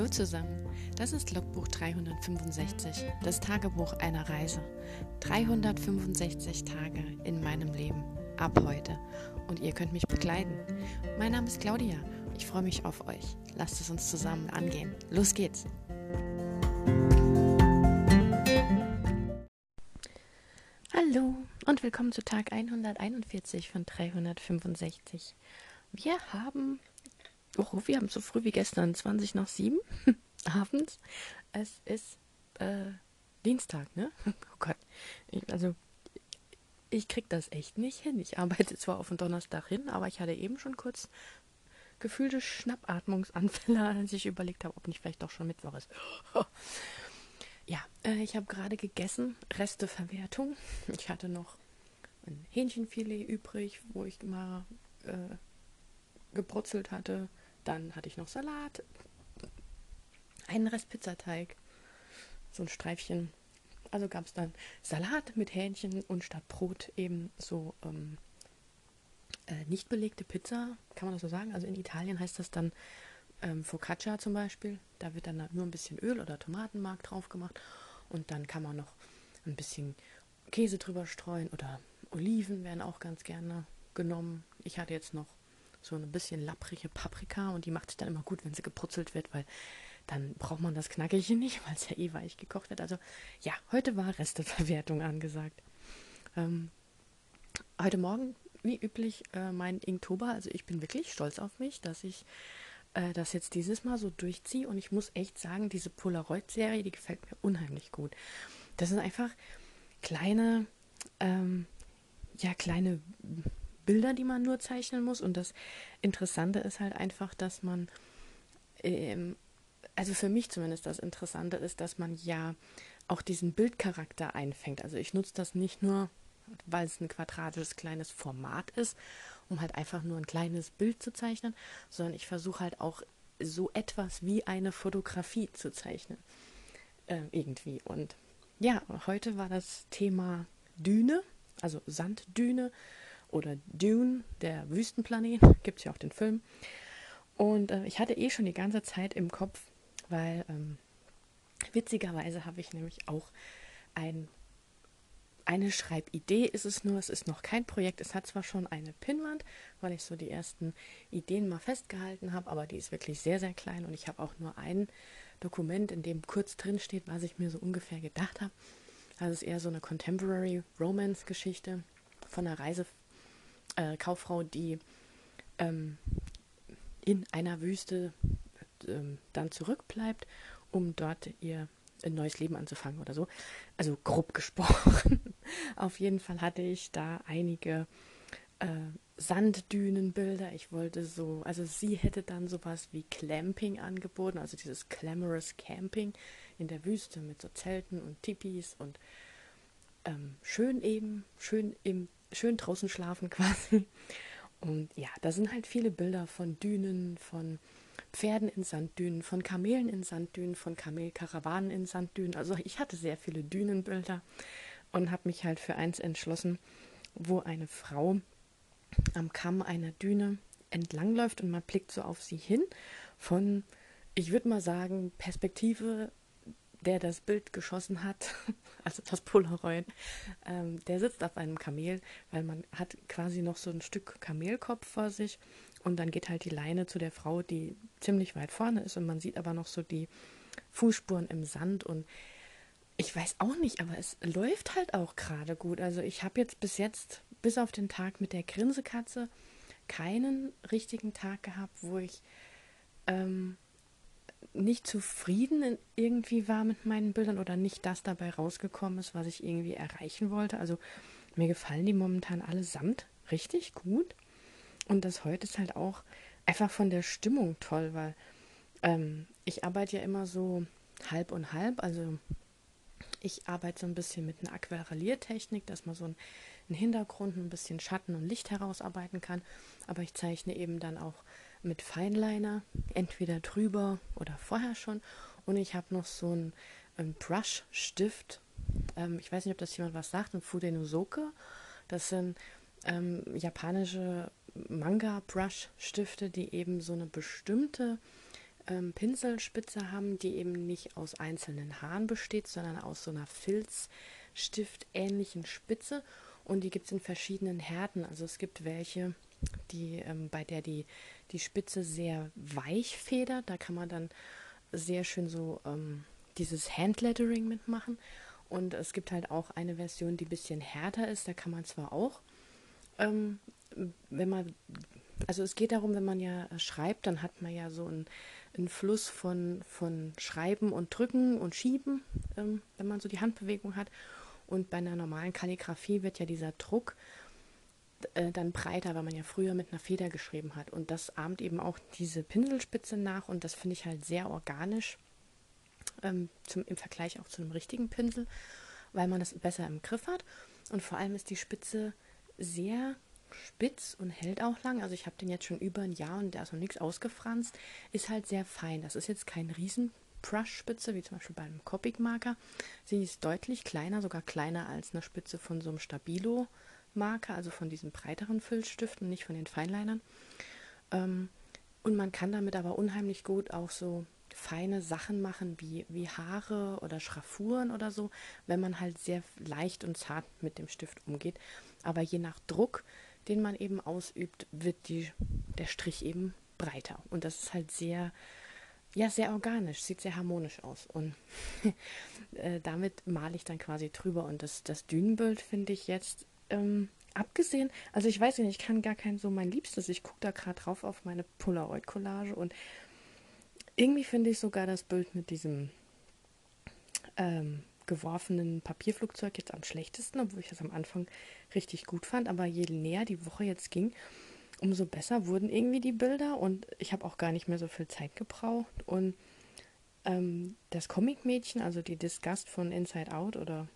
Hallo zusammen, das ist Logbuch 365, das Tagebuch einer Reise. 365 Tage in meinem Leben, ab heute. Und ihr könnt mich begleiten. Mein Name ist Claudia, ich freue mich auf euch. Lasst es uns zusammen angehen. Los geht's! Hallo und willkommen zu Tag 141 von 365. Wir haben so früh wie gestern, 20 nach 7 abends. Es ist Dienstag, ne? Oh Gott. Ich krieg das echt nicht hin. Ich arbeite zwar auf den Donnerstag hin, aber ich hatte eben schon kurz gefühlte Schnappatmungsanfälle, als ich überlegt habe, ob nicht vielleicht doch schon Mittwoch ist. Ja, ich habe gerade gegessen, Resteverwertung. Ich hatte noch ein Hähnchenfilet übrig, wo ich mal gebrutzelt hatte. Dann hatte ich noch Salat, einen Rest Pizzateig, so ein Streifchen. Also gab es dann Salat mit Hähnchen und statt Brot eben so nicht belegte Pizza, kann man das so sagen? Also in Italien heißt das dann Focaccia zum Beispiel. Da wird dann nur ein bisschen Öl oder Tomatenmark drauf gemacht und dann kann man noch ein bisschen Käse drüber streuen oder Oliven werden auch ganz gerne genommen. Ich hatte jetzt noch so ein bisschen lapprige Paprika und die macht sich dann immer gut, wenn sie gebrutzelt wird, weil dann braucht man das Knackige nicht, weil es ja eh weich gekocht wird. Also ja, heute war Resteverwertung angesagt. Heute Morgen, wie üblich, mein Inktober. Also ich bin wirklich stolz auf mich, dass ich das jetzt dieses Mal so durchziehe. Und ich muss echt sagen, diese Polaroid-Serie, die gefällt mir unheimlich gut. Das sind einfach kleine, kleine Bilder, die man nur zeichnen muss. Und das Interessante ist halt einfach, dass man also für mich zumindest das Interessante ist, dass man ja auch diesen Bildcharakter einfängt. Also ich nutze das nicht nur, weil es ein quadratisches kleines Format ist, um halt einfach nur ein kleines Bild zu zeichnen, sondern ich versuche halt auch so etwas wie eine Fotografie zu zeichnen. Irgendwie. Und ja, heute war das Thema Düne, also Sanddüne oder Dune, der Wüstenplanet, gibt es ja auch den Film. Und ich hatte schon die ganze Zeit im Kopf, weil witzigerweise habe ich nämlich auch eine Schreibidee ist es nur, es ist noch kein Projekt. Es hat zwar schon eine Pinnwand, weil ich so die ersten Ideen mal festgehalten habe, aber die ist wirklich sehr, sehr klein und ich habe auch nur ein Dokument, in dem kurz drin steht, was ich mir so ungefähr gedacht habe. Also es ist eher so eine Contemporary Romance Geschichte von einer Reisekauffrau, die in einer Wüste dann zurückbleibt, um dort ihr ein neues Leben anzufangen oder so. Also grob gesprochen. Auf jeden Fall hatte ich da einige Sanddünenbilder. Ich wollte also sie hätte dann sowas wie Clamping angeboten, also dieses Glamorous Camping in der Wüste mit so Zelten und Tipis und schön draußen schlafen quasi. Und ja, da sind halt viele Bilder von Dünen, von Pferden in Sanddünen, von Kamelen in Sanddünen, von Kamelkarawanen in Sanddünen. Also ich hatte sehr viele Dünenbilder und habe mich halt für eins entschlossen, wo eine Frau am Kamm einer Düne entlangläuft und man blickt so auf sie hin von, ich würde mal sagen, Perspektive, der das Bild geschossen hat, also das Polaroid, der sitzt auf einem Kamel, weil man hat quasi noch so ein Stück Kamelkopf vor sich und dann geht halt die Leine zu der Frau, die ziemlich weit vorne ist und man sieht aber noch so die Fußspuren im Sand und ich weiß auch nicht, aber es läuft halt auch gerade gut. Also ich habe jetzt bis auf den Tag mit der Grinsekatze, keinen richtigen Tag gehabt, wo ich nicht zufrieden irgendwie war mit meinen Bildern oder nicht das dabei rausgekommen ist, was ich irgendwie erreichen wollte. Also mir gefallen die momentan allesamt richtig gut. Und das heute ist halt auch einfach von der Stimmung toll, weil ich arbeite ja immer so halb und halb. Also ich arbeite so ein bisschen mit einer Aquarelliertechnik, dass man so einen Hintergrund, ein bisschen Schatten und Licht herausarbeiten kann. Aber ich zeichne eben dann auch mit Fineliner, entweder drüber oder vorher schon. Und ich habe noch so einen Brush-Stift. Ich weiß nicht, ob das jemand was sagt, ein Fude-no-Soke. Das sind japanische Manga-Brush-Stifte, die eben so eine bestimmte Pinselspitze haben, die eben nicht aus einzelnen Haaren besteht, sondern aus so einer Filzstift-ähnlichen Spitze. Und die gibt es in verschiedenen Härten. Also es gibt welche, bei der die Spitze sehr weich federt. Da kann man dann sehr schön so dieses Handlettering mitmachen. Und es gibt halt auch eine Version, die ein bisschen härter ist. Da kann man zwar auch, ähm, wenn man, also es geht darum, wenn man ja schreibt, dann hat man ja so einen Fluss von Schreiben und Drücken und Schieben, wenn man so die Handbewegung hat. Und bei einer normalen Kalligrafie wird ja dieser Druck dann breiter, weil man ja früher mit einer Feder geschrieben hat. Und das ahmt eben auch diese Pinselspitze nach und das finde ich halt sehr organisch im Vergleich auch zu einem richtigen Pinsel, weil man das besser im Griff hat. Und vor allem ist die Spitze sehr spitz und hält auch lang. Also ich habe den jetzt schon über ein Jahr und da ist noch nichts ausgefranst. Ist halt sehr fein. Das ist jetzt kein riesen Brush-Spitze, wie zum Beispiel beim Copic-Marker. Sie ist deutlich kleiner, sogar kleiner als eine Spitze von so einem Stabilo-Marker, also von diesen breiteren Filzstiften, nicht von den Feinlinern. Und man kann damit aber unheimlich gut auch so feine Sachen machen wie Haare oder Schraffuren oder so, wenn man halt sehr leicht und zart mit dem Stift umgeht. Aber je nach Druck, den man eben ausübt, wird der Strich eben breiter. Und das ist halt sehr, ja, sehr organisch, sieht sehr harmonisch aus. Und damit male ich dann quasi drüber. Und das Dünenbild finde ich jetzt, abgesehen, also ich weiß nicht, ich kann gar kein so mein Liebstes. Ich gucke da gerade drauf auf meine Polaroid-Collage und irgendwie finde ich sogar das Bild mit diesem geworfenen Papierflugzeug jetzt am schlechtesten, obwohl ich das am Anfang richtig gut fand. Aber je näher die Woche jetzt ging, umso besser wurden irgendwie die Bilder und ich habe auch gar nicht mehr so viel Zeit gebraucht. Und das Comic-Mädchen, also die Disgust von Inside Out oder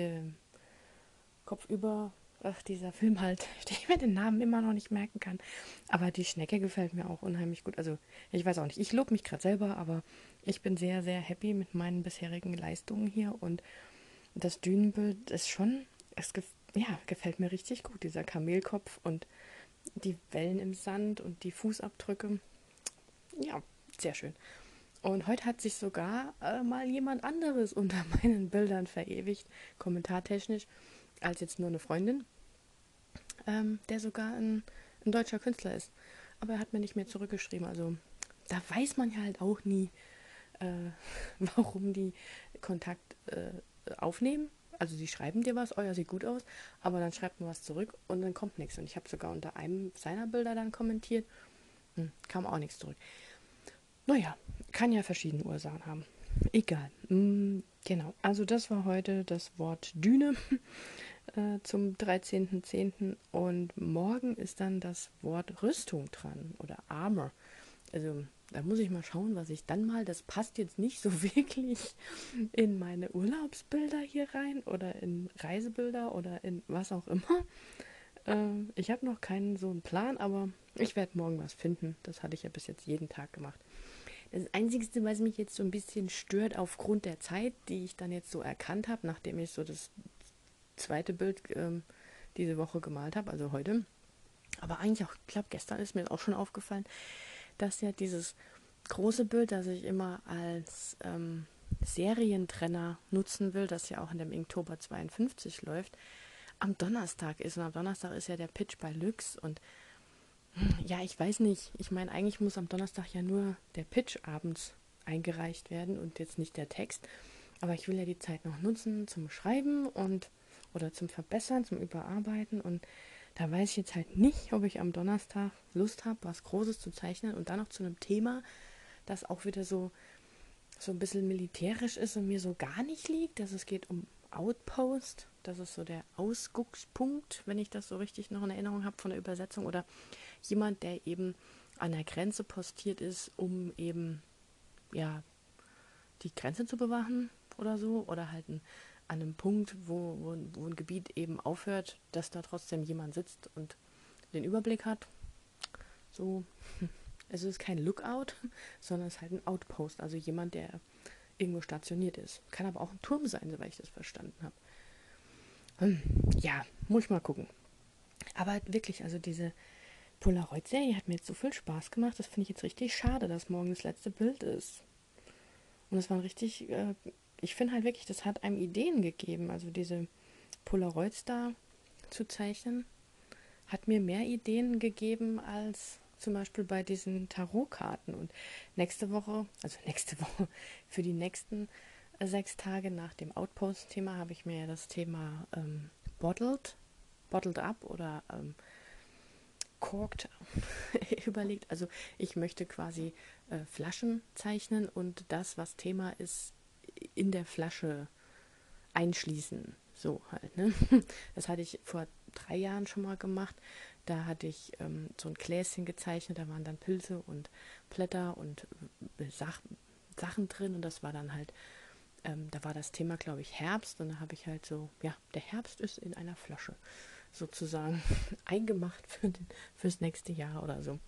Kopfüber, ach, dieser Film halt, den ich mir den Namen immer noch nicht merken kann. Aber die Schnecke gefällt mir auch unheimlich gut. Also ich weiß auch nicht, ich lobe mich gerade selber, aber ich bin sehr, sehr happy mit meinen bisherigen Leistungen hier. Und das Dünenbild ist schon, ja, gefällt mir richtig gut. Dieser Kamelkopf und die Wellen im Sand und die Fußabdrücke. Ja, sehr schön. Und heute hat sich sogar mal jemand anderes unter meinen Bildern verewigt, kommentartechnisch, als jetzt nur eine Freundin, der sogar ein deutscher Künstler ist. Aber er hat mir nicht mehr zurückgeschrieben. Also da weiß man ja halt auch nie, äh, warum die Kontakt aufnehmen. Also sie schreiben dir was, oh ja, sieht gut aus, aber dann schreibt man was zurück und dann kommt nichts. Und ich habe sogar unter einem seiner Bilder dann kommentiert, kam auch nichts zurück. Naja, kann ja verschiedene Ursachen haben. Egal. Genau, also das war heute das Wort Düne zum 13.10. Und morgen ist dann das Wort Rüstung dran oder Armor. Also da muss ich mal schauen, was ich dann mal, das passt jetzt nicht so wirklich in meine Urlaubsbilder hier rein oder in Reisebilder oder in was auch immer. Ich habe noch keinen so einen Plan, aber ich werde morgen was finden. Das hatte ich ja bis jetzt jeden Tag gemacht. Das Einzige, was mich jetzt so ein bisschen stört aufgrund der Zeit, die ich dann jetzt so erkannt habe, nachdem ich so das zweite Bild diese Woche gemalt habe, also heute. Aber eigentlich auch, ich glaube, gestern ist mir auch schon aufgefallen, dass ja dieses große Bild, das ich immer als Serientrenner nutzen will, das ja auch in dem Inktober 52 läuft, am Donnerstag ist. Und am Donnerstag ist ja der Pitch bei Lux. Und ja, ich weiß nicht. Ich meine, eigentlich muss am Donnerstag ja nur der Pitch abends eingereicht werden und jetzt nicht der Text. Aber ich will ja die Zeit noch nutzen zum Schreiben und oder zum Verbessern, zum Überarbeiten. Und da weiß ich jetzt halt nicht, ob ich am Donnerstag Lust habe, was Großes zu zeichnen und dann noch zu einem Thema, das auch wieder so ein bisschen militärisch ist und mir so gar nicht liegt. Also es geht um Outpost. Das ist so der Ausguckspunkt, wenn ich das so richtig noch in Erinnerung habe von der Übersetzung. Oder jemand, der eben an der Grenze postiert ist, um eben ja die Grenze zu bewachen oder so. Oder halt an einem Punkt, wo ein Gebiet eben aufhört, dass da trotzdem jemand sitzt und den Überblick hat. So, es ist kein Lookout, sondern es ist halt ein Outpost, also jemand, der irgendwo stationiert ist. Kann aber auch ein Turm sein, soweit ich das verstanden habe. Ja, muss ich mal gucken. Aber wirklich, also diese Polaroid-Serie hat mir jetzt so viel Spaß gemacht. Das finde ich jetzt richtig schade, dass morgen das letzte Bild ist. Und es war richtig, ich finde halt wirklich, das hat einem Ideen gegeben. Also diese Polaroids da zu zeichnen, hat mir mehr Ideen gegeben als zum Beispiel bei diesen Tarotkarten. Und nächste Woche, für die nächsten 6 Tage nach dem Outpost-Thema habe ich mir ja das Thema Bottled Up oder Corked überlegt. Also ich möchte quasi Flaschen zeichnen und das, was Thema ist, in der Flasche einschließen. So halt, ne? Das hatte ich vor 3 Jahren schon mal gemacht. Da hatte ich so ein Gläschen gezeichnet, da waren dann Pilze und Blätter und Sachen drin und das war dann halt, da war das Thema, glaube ich, Herbst und da habe ich halt so, ja, der Herbst ist in einer Flasche sozusagen eingemacht fürs nächste Jahr oder so.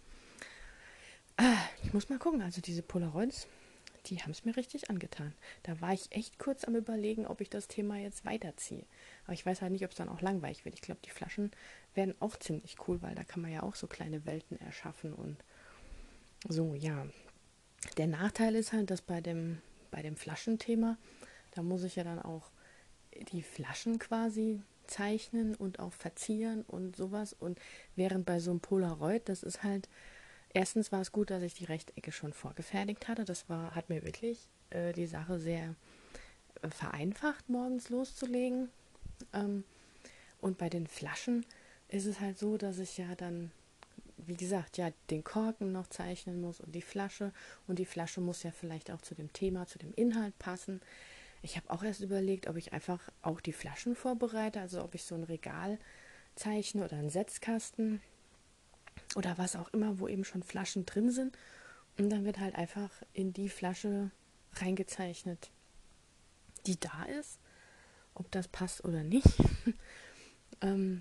Ich muss mal gucken, also diese Polaroids, die haben es mir richtig angetan. Da war ich echt kurz am Überlegen, ob ich das Thema jetzt weiterziehe. Aber ich weiß halt nicht, ob es dann auch langweilig wird. Ich glaube, die Flaschen werden auch ziemlich cool, weil da kann man ja auch so kleine Welten erschaffen und so, ja. Der Nachteil ist halt, dass bei dem Flaschenthema, da muss ich ja dann auch die Flaschen quasi zeichnen und auch verzieren und sowas. Und während bei so einem Polaroid, das ist halt, erstens war es gut, dass ich die Rechtecke schon vorgefertigt hatte. Hat mir wirklich die Sache sehr vereinfacht, morgens loszulegen. Ähm, und bei den Flaschen ist es halt so, dass ich ja dann, wie gesagt, ja, den Korken noch zeichnen muss und die Flasche. Und die Flasche muss ja vielleicht auch zu dem Thema, zu dem Inhalt passen. Ich habe auch erst überlegt, ob ich einfach auch die Flaschen vorbereite, also ob ich so ein Regal zeichne oder einen Setzkasten oder was auch immer, wo eben schon Flaschen drin sind. Und dann wird halt einfach in die Flasche reingezeichnet, die da ist, ob das passt oder nicht. ähm,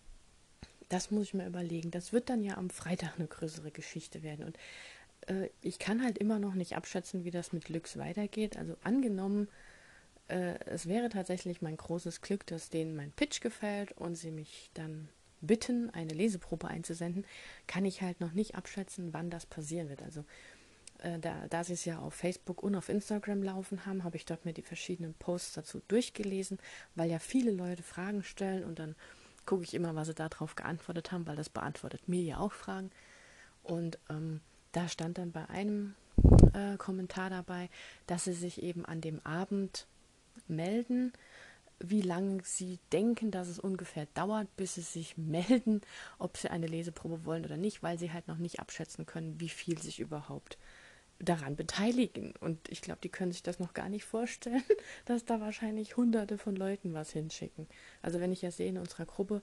Das muss ich mir überlegen. Das wird dann ja am Freitag eine größere Geschichte werden. Und ich kann halt immer noch nicht abschätzen, wie das mit Lux weitergeht. Also angenommen, es wäre tatsächlich mein großes Glück, dass denen mein Pitch gefällt und sie mich dann bitten, eine Leseprobe einzusenden, kann ich halt noch nicht abschätzen, wann das passieren wird. Also da sie es ja auf Facebook und auf Instagram laufen haben, habe ich dort mir die verschiedenen Posts dazu durchgelesen, weil ja viele Leute Fragen stellen und dann gucke ich immer, was sie darauf geantwortet haben, weil das beantwortet mir ja auch Fragen. Und da stand dann bei einem Kommentar dabei, dass sie sich eben an dem Abend melden, wie lange sie denken, dass es ungefähr dauert, bis sie sich melden, ob sie eine Leseprobe wollen oder nicht, weil sie halt noch nicht abschätzen können, wie viel sich überhaupt daran beteiligen. Und ich glaube, die können sich das noch gar nicht vorstellen, dass da wahrscheinlich Hunderte von Leuten was hinschicken. Also wenn ich ja sehe, in unserer Gruppe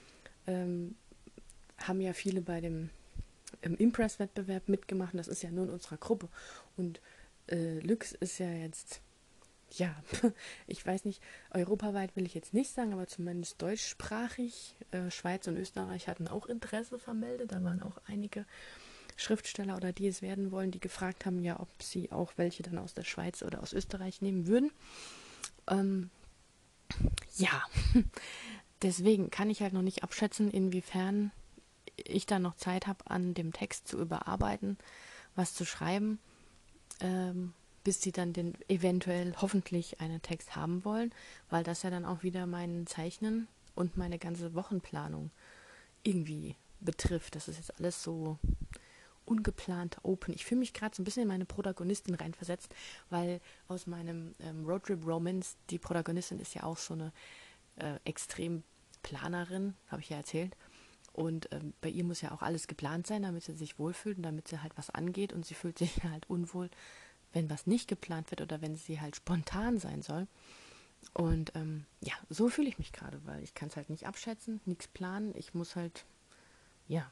haben ja viele bei dem im Impress-Wettbewerb mitgemacht. Und das ist ja nur in unserer Gruppe. Und Lux ist ja jetzt, ja, ich weiß nicht, europaweit will ich jetzt nicht sagen, aber zumindest deutschsprachig. Schweiz und Österreich hatten auch Interesse vermeldet. Da waren auch einige Schriftsteller oder die es werden wollen, die gefragt haben, ja, ob sie auch welche dann aus der Schweiz oder aus Österreich nehmen würden. Ähm, ja, deswegen kann ich halt noch nicht abschätzen, inwiefern ich dann noch Zeit habe, an dem Text zu überarbeiten, was zu schreiben, bis sie dann den eventuell hoffentlich einen Text haben wollen, weil das ja dann auch wieder mein Zeichnen und meine ganze Wochenplanung irgendwie betrifft. Das ist jetzt alles so ungeplant open. Ich fühle mich gerade so ein bisschen in meine Protagonistin reinversetzt, weil aus meinem Roadtrip Romance, die Protagonistin ist ja auch so eine extrem Planerin, habe ich ja erzählt. Und bei ihr muss ja auch alles geplant sein, damit sie sich wohlfühlt und damit sie halt was angeht. Und sie fühlt sich halt unwohl, wenn was nicht geplant wird oder wenn sie halt spontan sein soll. Und ja, so fühle ich mich gerade, weil ich kann es halt nicht abschätzen, nichts planen. Ich muss halt, ja.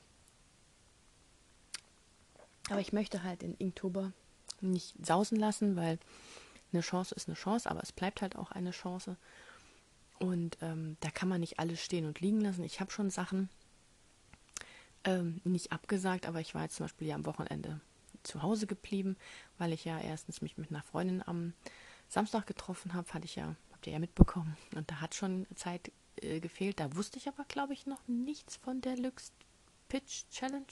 Aber ich möchte halt den Inktober nicht sausen lassen, weil eine Chance ist eine Chance, aber es bleibt halt auch eine Chance. Und da kann man nicht alles stehen und liegen lassen. Ich habe schon Sachen nicht abgesagt, aber ich war jetzt zum Beispiel ja am Wochenende zu Hause geblieben, weil ich ja erstens mich mit einer Freundin am Samstag getroffen habe, habt ihr ja mitbekommen. Und da hat schon Zeit gefehlt. Da wusste ich aber, glaube ich, noch nichts von der Lux Pitch Challenge.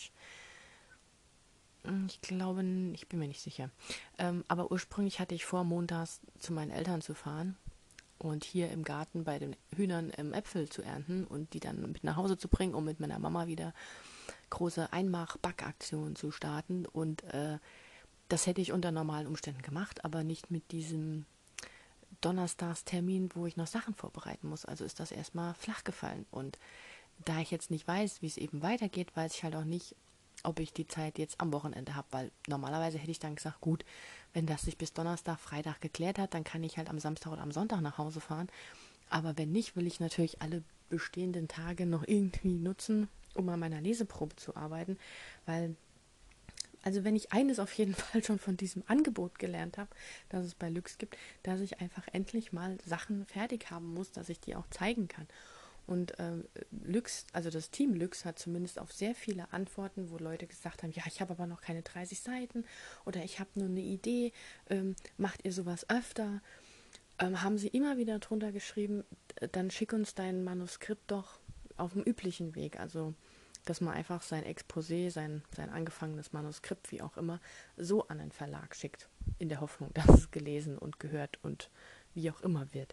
Ich glaube, ich bin mir nicht sicher. Aber ursprünglich hatte ich vor, montags zu meinen Eltern zu fahren und hier im Garten bei den Hühnern Äpfel zu ernten und die dann mit nach Hause zu bringen, um mit meiner Mama wieder große Einmach-Backaktionen zu starten. Und das hätte ich unter normalen Umständen gemacht, aber nicht mit diesem Donnerstagstermin, wo ich noch Sachen vorbereiten muss. Also ist das erstmal flach gefallen. Und da ich jetzt nicht weiß, wie es eben weitergeht, weiß ich halt auch nicht, ob ich die Zeit jetzt am Wochenende habe, weil normalerweise hätte ich dann gesagt, gut, wenn das sich bis Donnerstag, Freitag geklärt hat, dann kann ich halt am Samstag oder am Sonntag nach Hause fahren. Aber wenn nicht, will ich natürlich alle bestehenden Tage noch irgendwie nutzen, um an meiner Leseprobe zu arbeiten, weil, also wenn ich eines auf jeden Fall schon von diesem Angebot gelernt habe, das es bei Lux gibt, dass ich einfach endlich mal Sachen fertig haben muss, dass ich die auch zeigen kann. Und Lux, also das Team Lux hat zumindest auf sehr viele Antworten, wo Leute gesagt haben, ja, ich habe aber noch keine 30 Seiten oder ich habe nur eine Idee, macht ihr sowas öfter? Haben sie immer wieder drunter geschrieben, dann schick uns dein Manuskript doch auf dem üblichen Weg. Also, dass man einfach sein Exposé, sein angefangenes Manuskript, wie auch immer, so an den Verlag schickt. In der Hoffnung, dass es gelesen und gehört und wie auch immer wird.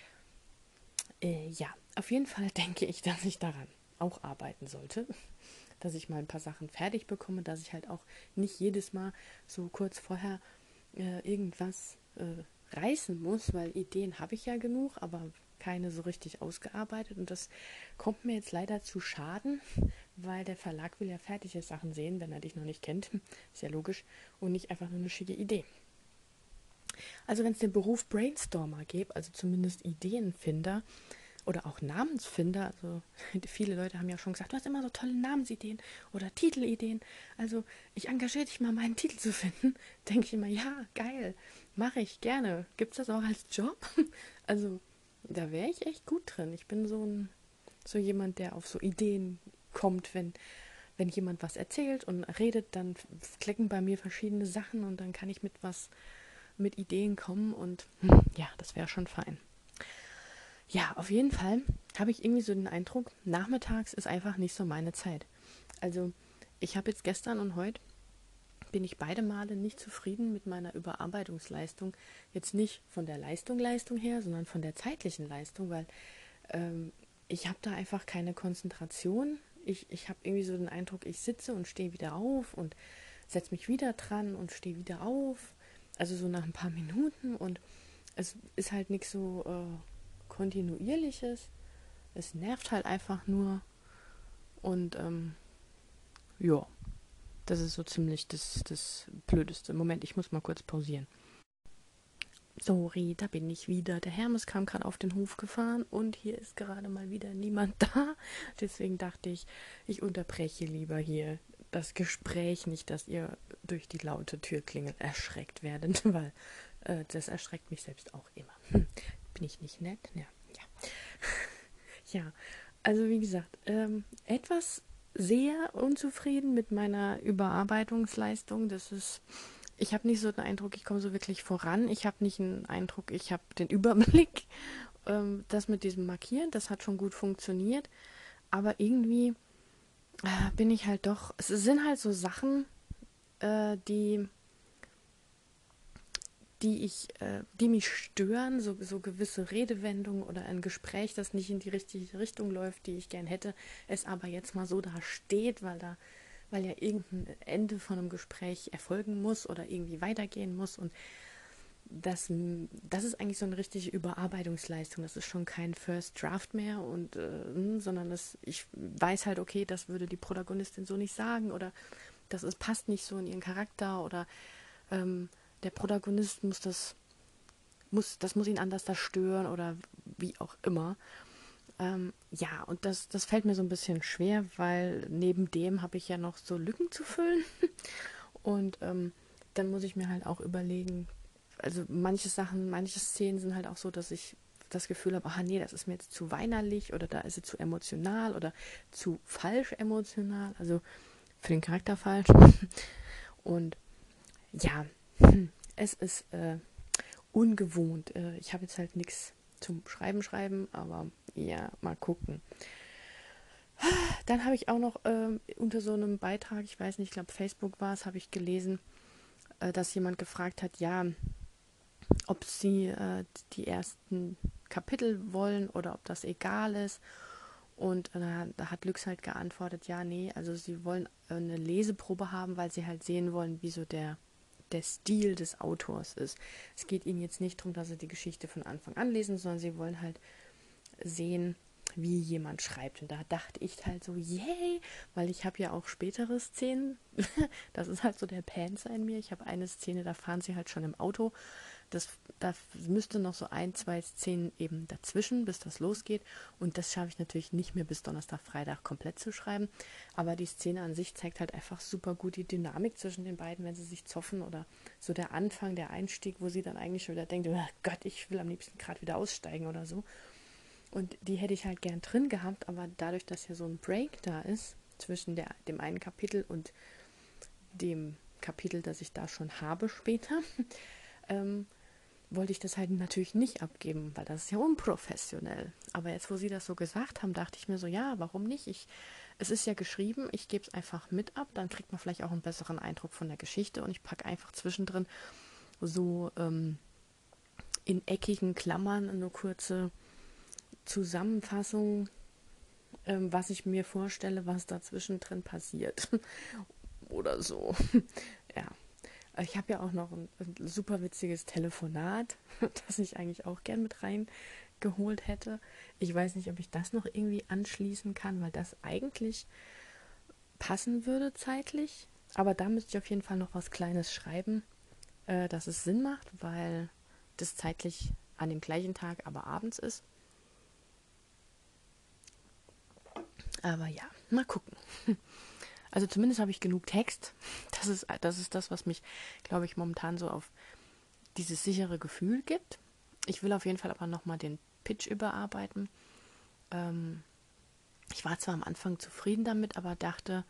Ja, auf jeden Fall denke ich, dass ich daran auch arbeiten sollte, dass ich mal ein paar Sachen fertig bekomme, dass ich halt auch nicht jedes Mal so kurz vorher irgendwas reißen muss, weil Ideen habe ich ja genug, aber keine so richtig ausgearbeitet und das kommt mir jetzt leider zu Schaden, weil der Verlag will ja fertige Sachen sehen, wenn er dich noch nicht kennt, ist ja logisch, und nicht einfach nur eine schicke Idee. Also wenn es den Beruf Brainstormer gäbe, also zumindest Ideenfinder, oder auch Namensfinder, also viele Leute haben ja schon gesagt, du hast immer so tolle Namensideen oder Titelideen, also ich engagiere dich mal, meinen Titel zu finden, denke ich immer, ja, geil, mache ich gerne. Gibt es das auch als Job? Also da wäre ich echt gut drin. Ich bin so jemand, der auf so Ideen kommt, wenn jemand was erzählt und redet, dann klicken bei mir verschiedene Sachen und dann kann ich mit Ideen kommen und ja, das wäre schon fein. Ja, auf jeden Fall habe ich irgendwie so den Eindruck, nachmittags ist einfach nicht so meine Zeit. Also ich habe jetzt gestern und heute bin ich beide Male nicht zufrieden mit meiner Überarbeitungsleistung. Jetzt nicht von der Leistung her, sondern von der zeitlichen Leistung, weil ich habe da einfach keine Konzentration. Ich habe irgendwie so den Eindruck, ich sitze und stehe wieder auf und setze mich wieder dran und stehe wieder auf. Also so nach ein paar Minuten und es ist halt nichts so kontinuierliches. Es nervt halt einfach nur und ja, das ist so ziemlich das Blödeste. Moment, ich muss mal kurz pausieren. Sorry, da bin ich wieder. Der Hermes kam gerade auf den Hof gefahren und hier ist gerade mal wieder niemand da. Deswegen dachte ich, ich unterbreche lieber hier das Gespräch, nicht, dass ihr durch die laute Türklingel erschreckt werdet, weil das erschreckt mich selbst auch immer. Bin ich nicht nett? Ja, ja. Ja, also wie gesagt, etwas sehr unzufrieden mit meiner Überarbeitungsleistung. Ich habe nicht so den Eindruck, ich komme so wirklich voran. Ich habe nicht den Eindruck, ich habe den Überblick. Das mit diesem Markieren, das hat schon gut funktioniert. Aber irgendwie bin ich halt doch, es sind halt so Sachen, die die mich stören, so gewisse Redewendungen oder ein Gespräch, das nicht in die richtige Richtung läuft, die ich gern hätte, es aber jetzt mal so da steht, weil ja irgendein Ende von einem Gespräch erfolgen muss oder irgendwie weitergehen muss und das ist eigentlich so eine richtige Überarbeitungsleistung. Das ist schon kein First Draft mehr und sondern ich weiß halt, okay, das würde die Protagonistin so nicht sagen oder passt nicht so in ihren Charakter oder der Protagonist das muss ihn anders da stören oder wie auch immer. Ja, und das fällt mir so ein bisschen schwer, weil neben dem habe ich ja noch so Lücken zu füllen. Und dann muss ich mir halt auch überlegen, also manche Szenen sind halt auch so, dass ich das Gefühl habe, nee, das ist mir jetzt zu weinerlich oder da ist es zu emotional oder zu falsch emotional, also für den Charakter falsch. Und ja, es ist ungewohnt. Ich habe jetzt halt nichts zum Schreiben, aber ja, mal gucken. Dann habe ich auch noch unter so einem Beitrag, ich weiß nicht, ich glaube Facebook war es, habe ich gelesen, dass jemand gefragt hat, ja, ob sie die ersten Kapitel wollen oder ob das egal ist. Und da hat Lux halt geantwortet, ja, nee, also sie wollen eine Leseprobe haben, weil sie halt sehen wollen, wie so der Stil des Autors ist. Es geht ihnen jetzt nicht darum, dass sie die Geschichte von Anfang an lesen, sondern sie wollen halt sehen, wie jemand schreibt. Und da dachte ich halt so, yay, weil ich habe ja auch spätere Szenen. Das ist halt so der Panzer in mir. Ich habe eine Szene, da fahren sie halt schon im Auto. Da müsste noch so 1, 2 Szenen eben dazwischen, bis das losgeht. Und das schaffe ich natürlich nicht mehr bis Donnerstag, Freitag komplett zu schreiben. Aber die Szene an sich zeigt halt einfach super gut die Dynamik zwischen den beiden, wenn sie sich zoffen oder so der Anfang, der Einstieg, wo sie dann eigentlich schon wieder denkt, oh Gott, ich will am liebsten gerade wieder aussteigen oder so. Und die hätte ich halt gern drin gehabt, aber dadurch, dass ja so ein Break da ist zwischen dem einen Kapitel und dem Kapitel, das ich da schon habe später, wollte ich das halt natürlich nicht abgeben, weil das ist ja unprofessionell. Aber jetzt, wo sie das so gesagt haben, dachte ich mir so, ja, warum nicht? Es ist ja geschrieben, ich gebe es einfach mit ab, dann kriegt man vielleicht auch einen besseren Eindruck von der Geschichte und ich packe einfach zwischendrin so in eckigen Klammern eine kurze Zusammenfassung, was ich mir vorstelle, was da zwischendrin passiert. Oder so. Ja. Ich habe ja auch noch ein super witziges Telefonat, das ich eigentlich auch gern mit reingeholt hätte. Ich weiß nicht, ob ich das noch irgendwie anschließen kann, weil das eigentlich passen würde zeitlich. Aber da müsste ich auf jeden Fall noch was Kleines schreiben, dass es Sinn macht, weil das zeitlich an dem gleichen Tag, aber abends ist. Aber ja, mal gucken. Also zumindest habe ich genug Text. Das ist das, was mich, glaube ich, momentan so auf dieses sichere Gefühl gibt. Ich will auf jeden Fall aber nochmal den Pitch überarbeiten. Ich war zwar am Anfang zufrieden damit, aber dachte,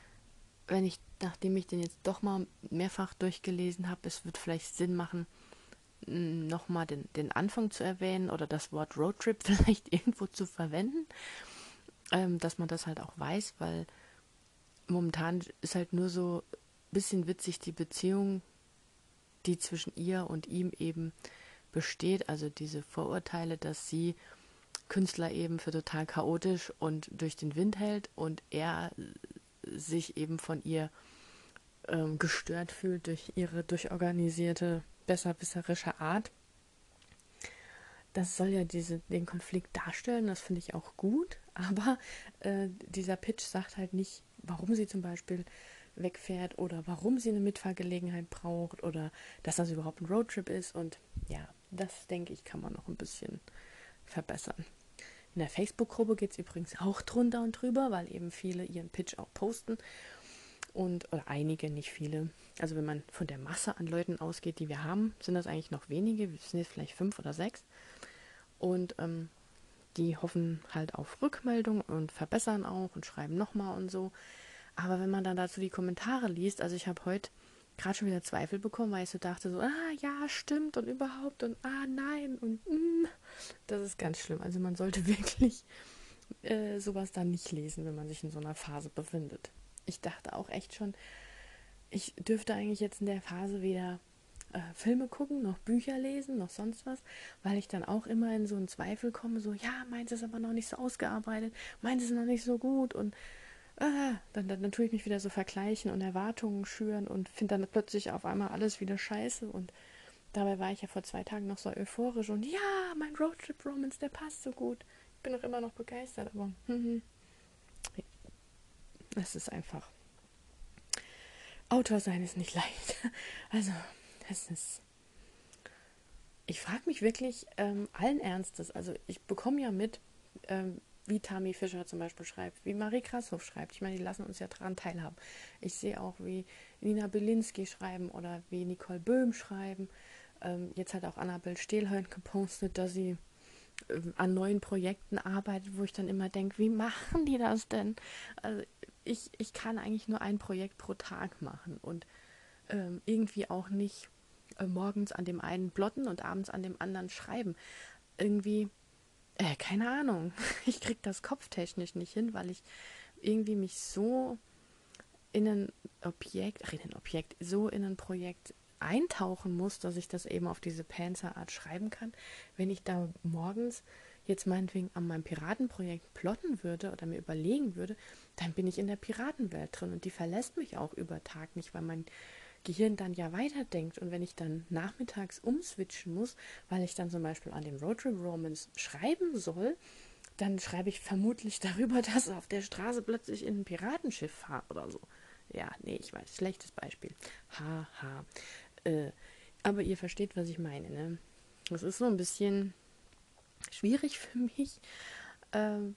nachdem ich den jetzt doch mal mehrfach durchgelesen habe, es wird vielleicht Sinn machen, nochmal den Anfang zu erwähnen oder das Wort Roadtrip vielleicht irgendwo zu verwenden, dass man das halt auch weiß, weil momentan ist halt nur so ein bisschen witzig die Beziehung, die zwischen ihr und ihm eben besteht, also diese Vorurteile, dass sie Künstler eben für total chaotisch und durch den Wind hält und er sich eben von ihr gestört fühlt durch ihre durchorganisierte, besserwisserische Art. Das soll ja den Konflikt darstellen, das finde ich auch gut, aber dieser Pitch sagt halt nicht, warum sie zum Beispiel wegfährt oder warum sie eine Mitfahrgelegenheit braucht oder dass das überhaupt ein Roadtrip ist und ja, das denke ich, kann man noch ein bisschen verbessern. In der Facebook-Gruppe geht es übrigens auch drunter und drüber, weil eben viele ihren Pitch auch posten oder einige, nicht viele. Also wenn man von der Masse an Leuten ausgeht, die wir haben, sind das eigentlich noch wenige, wir sind jetzt vielleicht 5 oder 6 und die hoffen halt auf Rückmeldung und verbessern auch und schreiben nochmal und so. Aber wenn man dann dazu die Kommentare liest, also ich habe heute gerade schon wieder Zweifel bekommen, weil ich so dachte so, ja, stimmt und überhaupt und nein und das ist ganz schlimm. Also man sollte wirklich sowas dann nicht lesen, wenn man sich in so einer Phase befindet. Ich dachte auch echt schon, ich dürfte eigentlich jetzt in der Phase weder Filme gucken, noch Bücher lesen, noch sonst was, weil ich dann auch immer in so einen Zweifel komme, so, ja, meins ist aber noch nicht so ausgearbeitet, meins ist noch nicht so gut und dann tue ich mich wieder so vergleichen und Erwartungen schüren und finde dann plötzlich auf einmal alles wieder scheiße und dabei war ich ja vor 2 Tagen noch so euphorisch und ja, mein Roadtrip-Romance, der passt so gut. Ich bin auch immer noch begeistert, aber es ist einfach, Autor sein ist nicht leicht. Also, es ist, ich frage mich wirklich allen Ernstes, also ich bekomme ja mit, wie Tammy Fischer zum Beispiel schreibt, wie Marie Krasshoff schreibt. Ich meine, die lassen uns ja daran teilhaben. Ich sehe auch, wie Nina Belinsky schreiben oder wie Nicole Böhm schreiben. Jetzt hat auch Annabel Stehlhorn gepostet, dass sie an neuen Projekten arbeitet, wo ich dann immer denke, wie machen die das denn? Also ich kann eigentlich nur ein Projekt pro Tag machen und irgendwie auch nicht morgens an dem einen plotten und abends an dem anderen schreiben. Irgendwie keine Ahnung. Ich krieg das kopftechnisch nicht hin, weil ich irgendwie mich so in so in ein Projekt eintauchen muss, dass ich das eben auf diese Panzer-Art schreiben kann. Wenn ich da morgens jetzt meinetwegen an meinem Piratenprojekt plotten würde oder mir überlegen würde, dann bin ich in der Piratenwelt drin und die verlässt mich auch über Tag nicht, weil mein Gehirn dann ja weiterdenkt. Und wenn ich dann nachmittags umswitchen muss, weil ich dann zum Beispiel an dem Roadtrip Romance schreiben soll, dann schreibe ich vermutlich darüber, dass auf der Straße plötzlich in ein Piratenschiff fahrt oder so. Ja, nee, ich weiß, schlechtes Beispiel. Haha. Aber ihr versteht, was ich meine, ne? Das ist so ein bisschen schwierig für mich, ähm,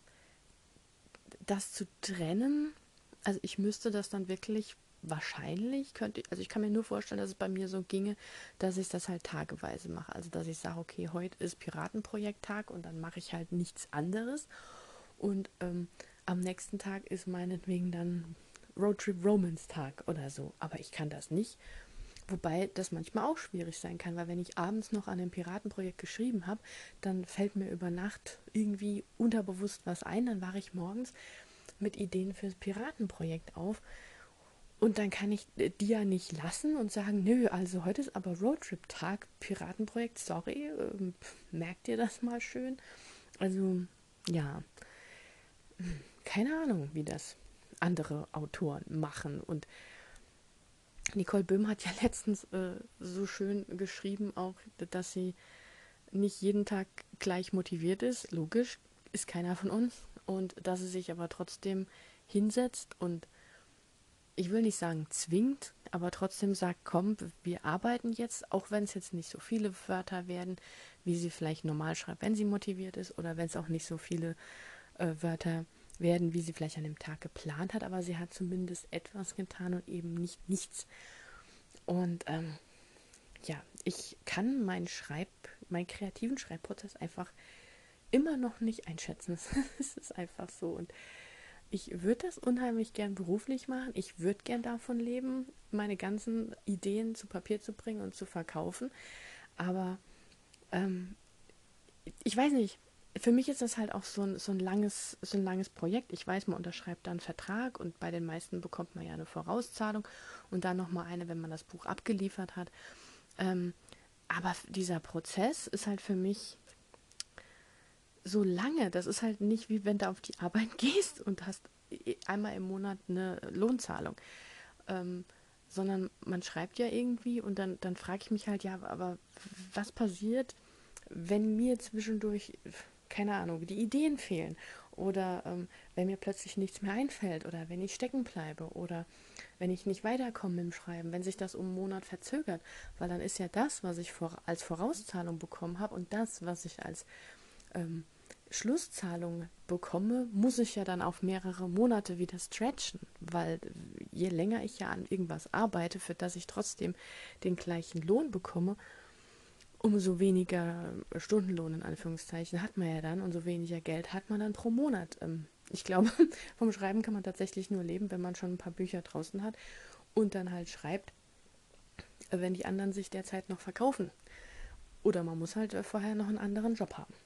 das zu trennen. Also ich müsste das dann wirklich wahrscheinlich, also ich kann mir nur vorstellen, dass es bei mir so ginge, dass ich das halt tageweise mache. Also dass ich sage, okay, heute ist Piratenprojekt-Tag und dann mache ich halt nichts anderes. Und am nächsten Tag ist meinetwegen dann Roadtrip Romance Tag oder so. Aber ich kann das nicht. Wobei das manchmal auch schwierig sein kann, weil wenn ich abends noch an dem Piratenprojekt geschrieben habe, dann fällt mir über Nacht irgendwie unterbewusst was ein. Dann wache ich morgens mit Ideen fürs Piratenprojekt auf. Und dann kann ich die ja nicht lassen und sagen, nö, also heute ist aber Roadtrip-Tag, Piratenprojekt, sorry, merkt ihr das mal schön? Also, ja, keine Ahnung, wie das andere Autoren machen. Und Nicole Böhm hat ja letztens so schön geschrieben auch, dass sie nicht jeden Tag gleich motiviert ist. Logisch, ist keiner von uns. Und dass sie sich aber trotzdem hinsetzt und ich will nicht sagen zwingt, aber trotzdem sagt, komm, wir arbeiten jetzt, auch wenn es jetzt nicht so viele Wörter werden, wie sie vielleicht normal schreibt, wenn sie motiviert ist oder wenn es auch nicht so viele Wörter werden, wie sie vielleicht an dem Tag geplant hat, aber sie hat zumindest etwas getan und eben nicht nichts. Und ja, ich kann meinen kreativen Schreibprozess einfach immer noch nicht einschätzen. Es ist einfach so. Und ich würde das unheimlich gern beruflich machen. Ich würde gern davon leben, meine ganzen Ideen zu Papier zu bringen und zu verkaufen. Aber ähm, ich weiß nicht. Für mich ist das halt auch so ein langes Projekt. Ich weiß, man unterschreibt dann einen Vertrag und bei den meisten bekommt man ja eine Vorauszahlung und dann nochmal eine, wenn man das Buch abgeliefert hat. Ähm, aber dieser Prozess ist halt für mich so lange. Das ist halt nicht wie wenn du auf die Arbeit gehst und hast einmal im Monat eine Lohnzahlung. Ähm, sondern man schreibt ja irgendwie und dann frage ich mich halt, ja, aber was passiert, wenn mir zwischendurch, keine Ahnung, die Ideen fehlen oder wenn mir plötzlich nichts mehr einfällt oder wenn ich stecken bleibe oder wenn ich nicht weiterkomme im Schreiben, wenn sich das um einen Monat verzögert, weil dann ist ja das, was ich als Vorauszahlung bekommen habe und das, was ich als ähm, Schlusszahlung bekomme, muss ich ja dann auf mehrere Monate wieder stretchen, weil je länger ich ja an irgendwas arbeite, für das ich trotzdem den gleichen Lohn bekomme, umso weniger Stundenlohn in Anführungszeichen hat man ja dann und so weniger Geld hat man dann pro Monat. Ich glaube, vom Schreiben kann man tatsächlich nur leben, wenn man schon ein paar Bücher draußen hat und dann halt schreibt, wenn die anderen sich derzeit noch verkaufen. Oder man muss halt vorher noch einen anderen Job haben.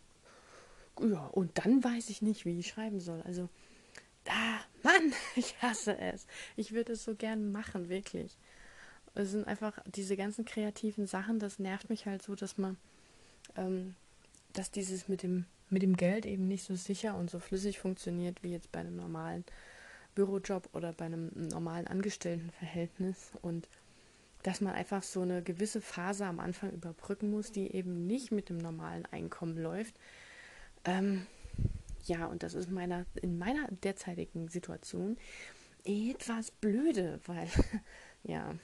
Ja, und dann weiß ich nicht, wie ich schreiben soll. Also, Mann, ich hasse es. Ich würde es so gern machen, wirklich. Es sind einfach diese ganzen kreativen Sachen, das nervt mich halt so, ähm, dass dieses mit dem Geld eben nicht so sicher und so flüssig funktioniert wie jetzt bei einem normalen Bürojob oder bei einem normalen Angestelltenverhältnis und dass man einfach so eine gewisse Phase am Anfang überbrücken muss, die eben nicht mit dem normalen Einkommen läuft. Ähm, ja, und das ist in meiner derzeitigen Situation etwas blöde, weil ja,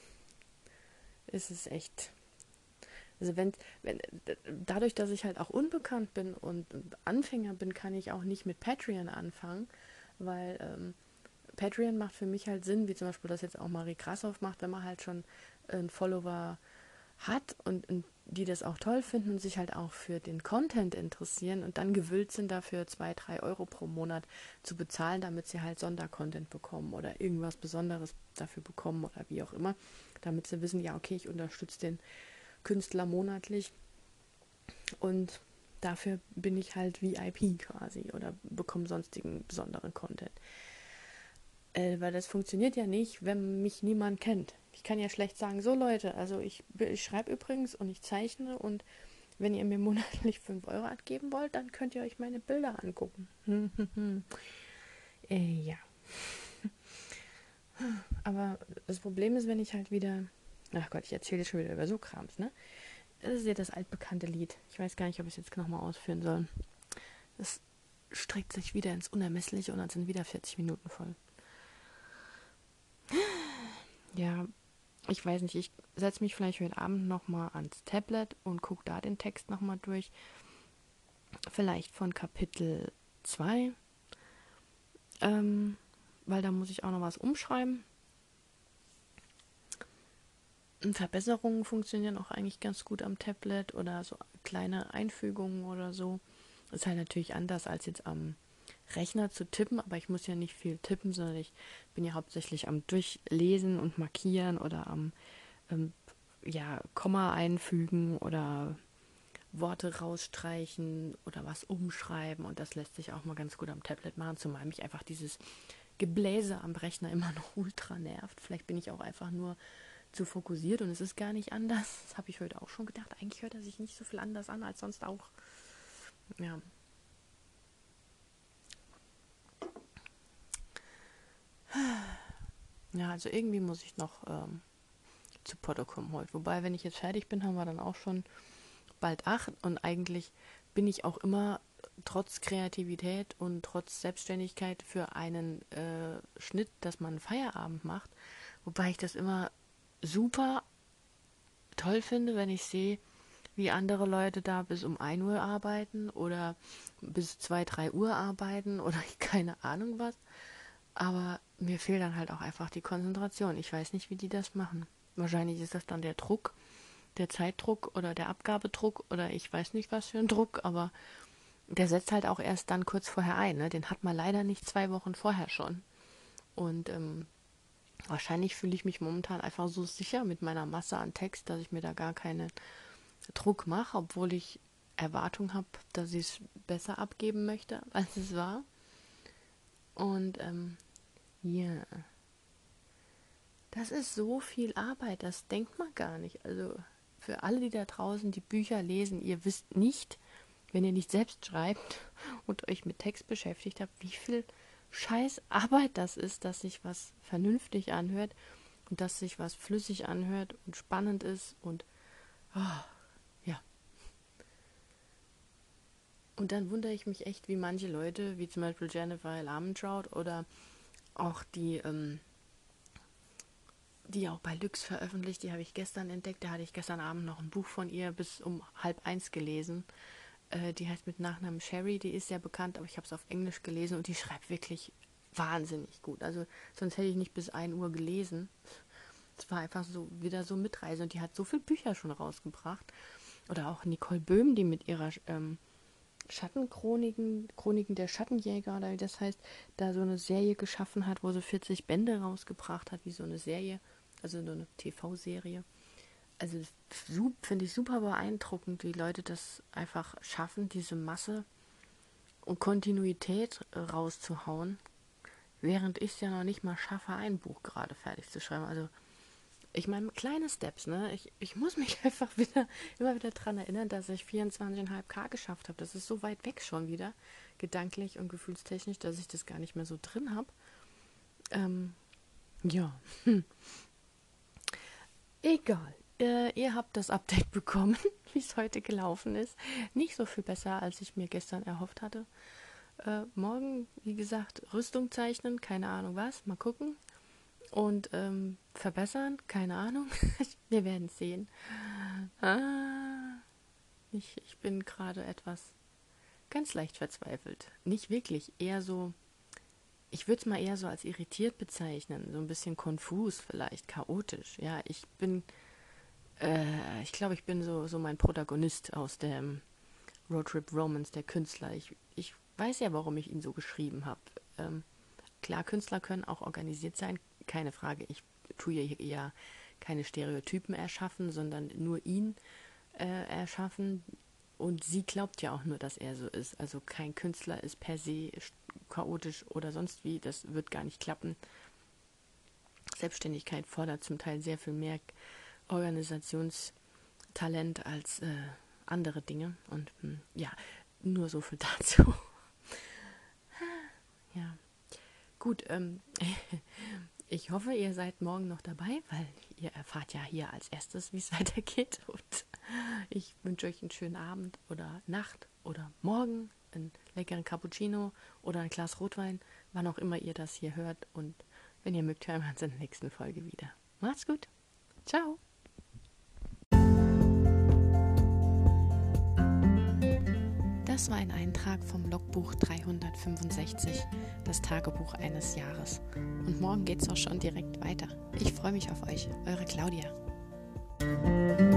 es ist echt. Also dadurch, dass ich halt auch unbekannt bin und Anfänger bin, kann ich auch nicht mit Patreon anfangen, weil Patreon macht für mich halt Sinn, wie zum Beispiel das jetzt auch Marie Krassoff macht, wenn man halt schon einen Follower hat und die das auch toll finden und sich halt auch für den Content interessieren und dann gewillt sind, dafür 2, 3 Euro pro Monat zu bezahlen, damit sie halt Sondercontent bekommen oder irgendwas Besonderes dafür bekommen oder wie auch immer, damit sie wissen, ja, okay, ich unterstütze den Künstler monatlich und dafür bin ich halt VIP quasi oder bekomme sonstigen besonderen Content. Weil das funktioniert ja nicht, wenn mich niemand kennt. Ich kann ja schlecht sagen, so Leute, also ich schreibe übrigens und ich zeichne und wenn ihr mir monatlich 5 Euro abgeben wollt, dann könnt ihr euch meine Bilder angucken. Ja, aber das Problem ist, wenn ich halt wieder... Ach Gott, ich erzähle jetzt schon wieder über so Krams, ne? Das ist ja das altbekannte Lied. Ich weiß gar nicht, ob ich es jetzt nochmal ausführen soll. Das streckt sich wieder ins Unermessliche und dann sind wieder 40 Minuten voll. Ja, ich weiß nicht, ich setze mich vielleicht heute Abend nochmal ans Tablet und gucke da den Text nochmal durch. Vielleicht von Kapitel 2, weil da muss ich auch noch was umschreiben. Und Verbesserungen funktionieren auch eigentlich ganz gut am Tablet oder so kleine Einfügungen oder so. Ist halt natürlich anders als jetzt am Rechner zu tippen, aber ich muss ja nicht viel tippen, sondern ich bin ja hauptsächlich am Durchlesen und Markieren oder am Komma einfügen oder Worte rausstreichen oder was umschreiben und das lässt sich auch mal ganz gut am Tablet machen, zumal mich einfach dieses Gebläse am Rechner immer noch ultra nervt. Vielleicht bin ich auch einfach nur zu fokussiert und es ist gar nicht anders. Das habe ich heute auch schon gedacht. Eigentlich hört er sich nicht so viel anders an als sonst auch. Ja. Ja, also irgendwie muss ich noch zu Potte kommen heute. Wobei, wenn ich jetzt fertig bin, haben wir dann auch schon bald 8 und eigentlich bin ich auch immer trotz Kreativität und trotz Selbstständigkeit für einen Schnitt, dass man Feierabend macht. Wobei ich das immer super toll finde, wenn ich sehe, wie andere Leute da bis um 1 Uhr arbeiten oder bis 2, 3 Uhr arbeiten oder keine Ahnung was. Aber mir fehlt dann halt auch einfach die Konzentration. Ich weiß nicht, wie die das machen. Wahrscheinlich ist das dann der Druck, der Zeitdruck oder der Abgabedruck oder ich weiß nicht was für ein Druck, aber der setzt halt auch erst dann kurz vorher ein. Ne? Den hat man leider nicht 2 Wochen vorher schon. Und wahrscheinlich fühle ich mich momentan einfach so sicher mit meiner Masse an Text, dass ich mir da gar keinen Druck mache, obwohl ich Erwartung habe, dass ich es besser abgeben möchte, als es war. Und ja, das ist so viel Arbeit, das denkt man gar nicht. Also für alle, die da draußen die Bücher lesen, ihr wisst nicht, wenn ihr nicht selbst schreibt und euch mit Text beschäftigt habt, wie viel scheiß Arbeit das ist, dass sich was vernünftig anhört und dass sich was flüssig anhört und spannend ist und ja. Und dann wundere ich mich echt, wie manche Leute, wie zum Beispiel Jennifer L. Armentrout oder auch die auch bei Lux veröffentlicht, die habe ich gestern entdeckt, da hatte ich gestern Abend noch ein Buch von ihr bis um 12:30 gelesen. Die heißt mit Nachnamen Sherry, die ist sehr bekannt, aber ich habe es auf Englisch gelesen und die schreibt wirklich wahnsinnig gut. Also sonst hätte ich nicht bis 1 Uhr gelesen. Es war einfach so wieder so Mitreise und die hat so viele Bücher schon rausgebracht. Oder auch Nicole Böhm, die mit ihrer Chroniken der Schattenjäger oder wie das heißt, da so eine Serie geschaffen hat, wo sie 40 Bände rausgebracht hat, wie so eine Serie, also so eine TV-Serie. Also finde ich super beeindruckend, wie Leute das einfach schaffen, diese Masse und Kontinuität rauszuhauen, während ich es ja noch nicht mal schaffe, ein Buch gerade fertig zu schreiben. Also ich meine, kleine Steps, ne? Ich muss mich einfach immer wieder daran erinnern, dass ich 24,5K geschafft habe. Das ist so weit weg schon wieder, gedanklich und gefühlstechnisch, dass ich das gar nicht mehr so drin habe. Ja, egal. Ihr habt das Update bekommen, wie es heute gelaufen ist. Nicht so viel besser, als ich mir gestern erhofft hatte. Morgen, wie gesagt, Rüstung zeichnen, keine Ahnung was, mal gucken. Und verbessern, keine Ahnung. Wir werden sehen. Ah, ich bin gerade etwas ganz leicht verzweifelt. Nicht wirklich, eher so, ich würde es mal eher so als irritiert bezeichnen. So ein bisschen konfus vielleicht, chaotisch. Ja, ich glaube, ich bin so mein Protagonist aus dem Roadtrip Romance, der Künstler. Ich weiß ja, warum ich ihn so geschrieben habe. Klar, Künstler können auch organisiert sein, keine Frage. Ich tue ja keine Stereotypen erschaffen, sondern nur ihn erschaffen. Und sie glaubt ja auch nur, dass er so ist. Also kein Künstler ist per se chaotisch oder sonst wie. Das wird gar nicht klappen. Selbstständigkeit fordert zum Teil sehr viel mehr Organisationstalent als andere Dinge. Und ja, nur so viel dazu. Ja, gut. Ich hoffe, ihr seid morgen noch dabei, weil ihr erfahrt ja hier als erstes, wie es weitergeht. Und ich wünsche euch einen schönen Abend oder Nacht oder morgen, einen leckeren Cappuccino oder ein Glas Rotwein, wann auch immer ihr das hier hört. Und wenn ihr mögt, hören wir uns in der nächsten Folge wieder. Macht's gut. Ciao. Das war ein Eintrag vom Logbuch 365, das Tagebuch eines Jahres. Und morgen geht's auch schon direkt weiter. Ich freue mich auf euch, eure Claudia.